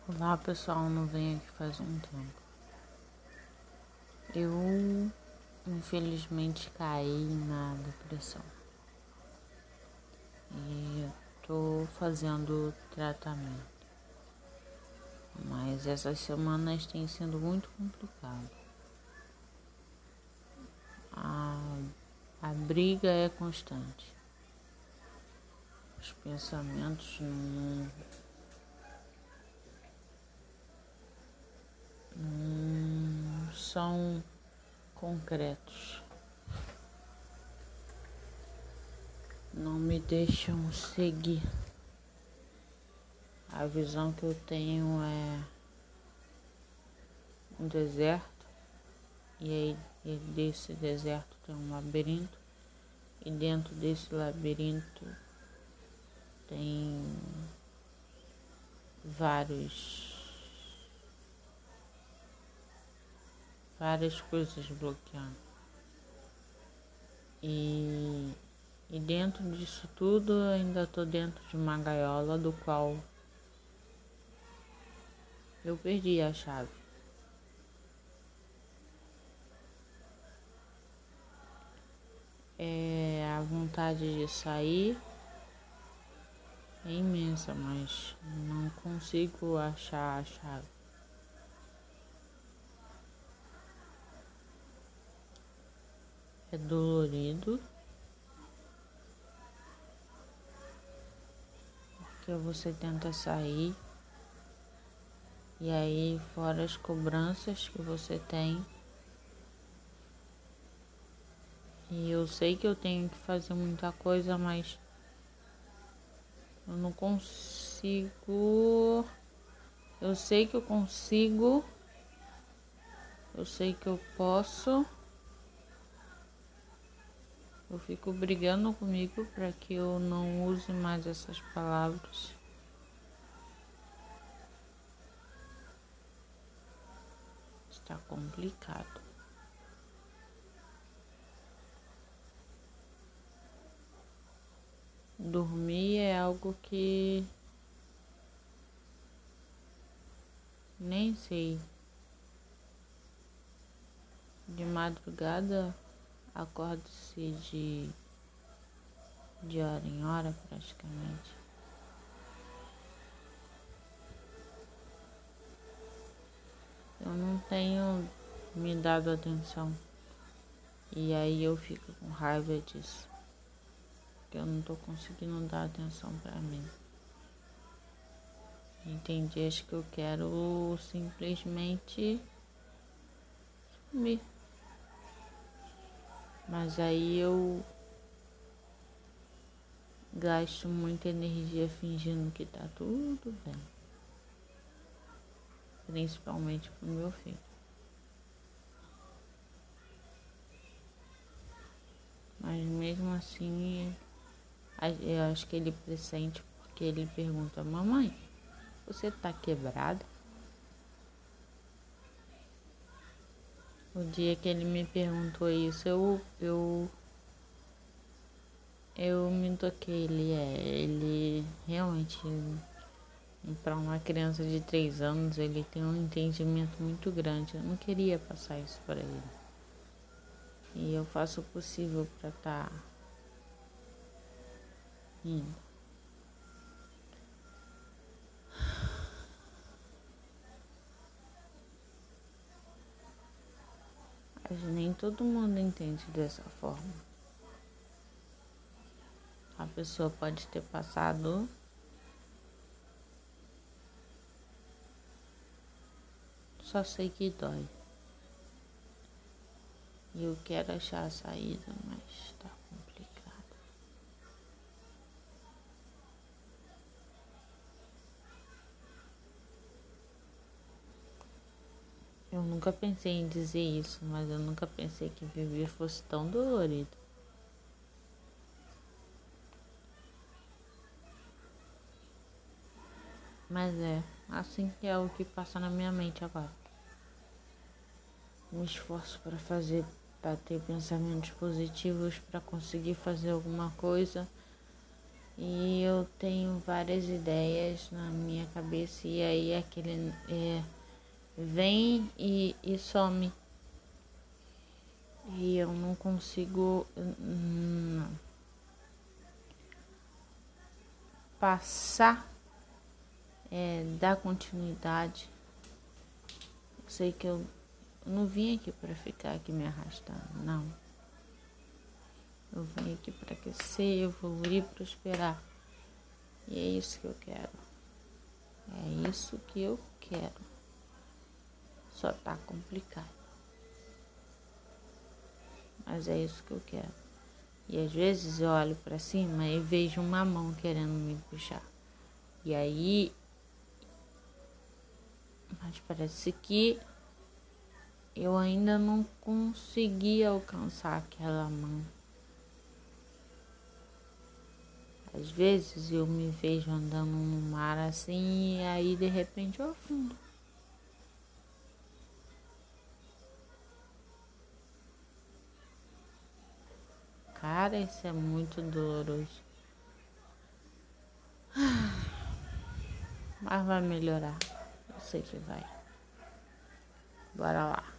Olá pessoal, não venho aqui faz um tempo. Eu infelizmente caí na depressão e tô fazendo tratamento, mas essas semanas têm sido muito complicado. A briga é constante. Os pensamentos não são concretos. Não me deixam seguir. A visão que eu tenho é um deserto, e aí desse deserto tem um labirinto, e dentro desse labirinto tem várias coisas bloqueando. E dentro disso tudo eu ainda estou dentro de uma gaiola do qual eu perdi a chave. A vontade de sair é imensa, mas não consigo achar a chave. É dolorido, porque você tenta sair e aí fora as cobranças que você tem. E eu sei que eu tenho que fazer muita coisa, mas eu não consigo. Eu sei que eu consigo. Eu sei que eu posso. Eu fico brigando comigo para que eu não use mais essas palavras. Está complicado. Dormir é algo que nem sei. De madrugada acordo-se de hora em hora praticamente. Eu não tenho me dado atenção. E aí eu fico com raiva disso. Porque eu não tô conseguindo dar atenção pra mim. E tem dias que eu quero simplesmente sumir. Mas aí eu gasto muita energia fingindo que tá tudo bem. Principalmente pro meu filho. Mas mesmo assim, eu acho que ele pressente, porque ele pergunta: mamãe, você tá quebrada? O dia que ele me perguntou isso, eu me toquei. Ele realmente, para uma criança de 3 anos, ele tem um entendimento muito grande. Eu não queria passar isso para ele. E eu faço o possível para estar indo. Mas nem todo mundo entende dessa forma. A pessoa pode ter passado só sei que dói. E eu quero achar a saída, mas tá complicado. Eu nunca pensei em dizer isso, mas eu nunca pensei que viver fosse tão dolorido. Mas é assim que é o que passa na minha mente agora. Me esforço para ter pensamentos positivos, para conseguir fazer alguma coisa, E eu tenho várias ideias na minha cabeça e aí aquele vem e some. E eu não consigo passar, dar continuidade. Eu sei que eu não vim aqui para ficar aqui me arrastando, não. Eu vim aqui para crescer, evoluir, prosperar. E é isso que eu quero. É isso que eu quero. Só tá complicado. Mas é isso que eu quero. E às vezes eu olho para cima e vejo uma mão querendo me puxar. E aí, mas parece que eu ainda não consegui alcançar aquela mão. Às vezes eu me vejo andando no mar assim e aí de repente eu afundo. Cara, isso é muito doloroso. Mas vai melhorar. Eu sei que vai. Bora lá.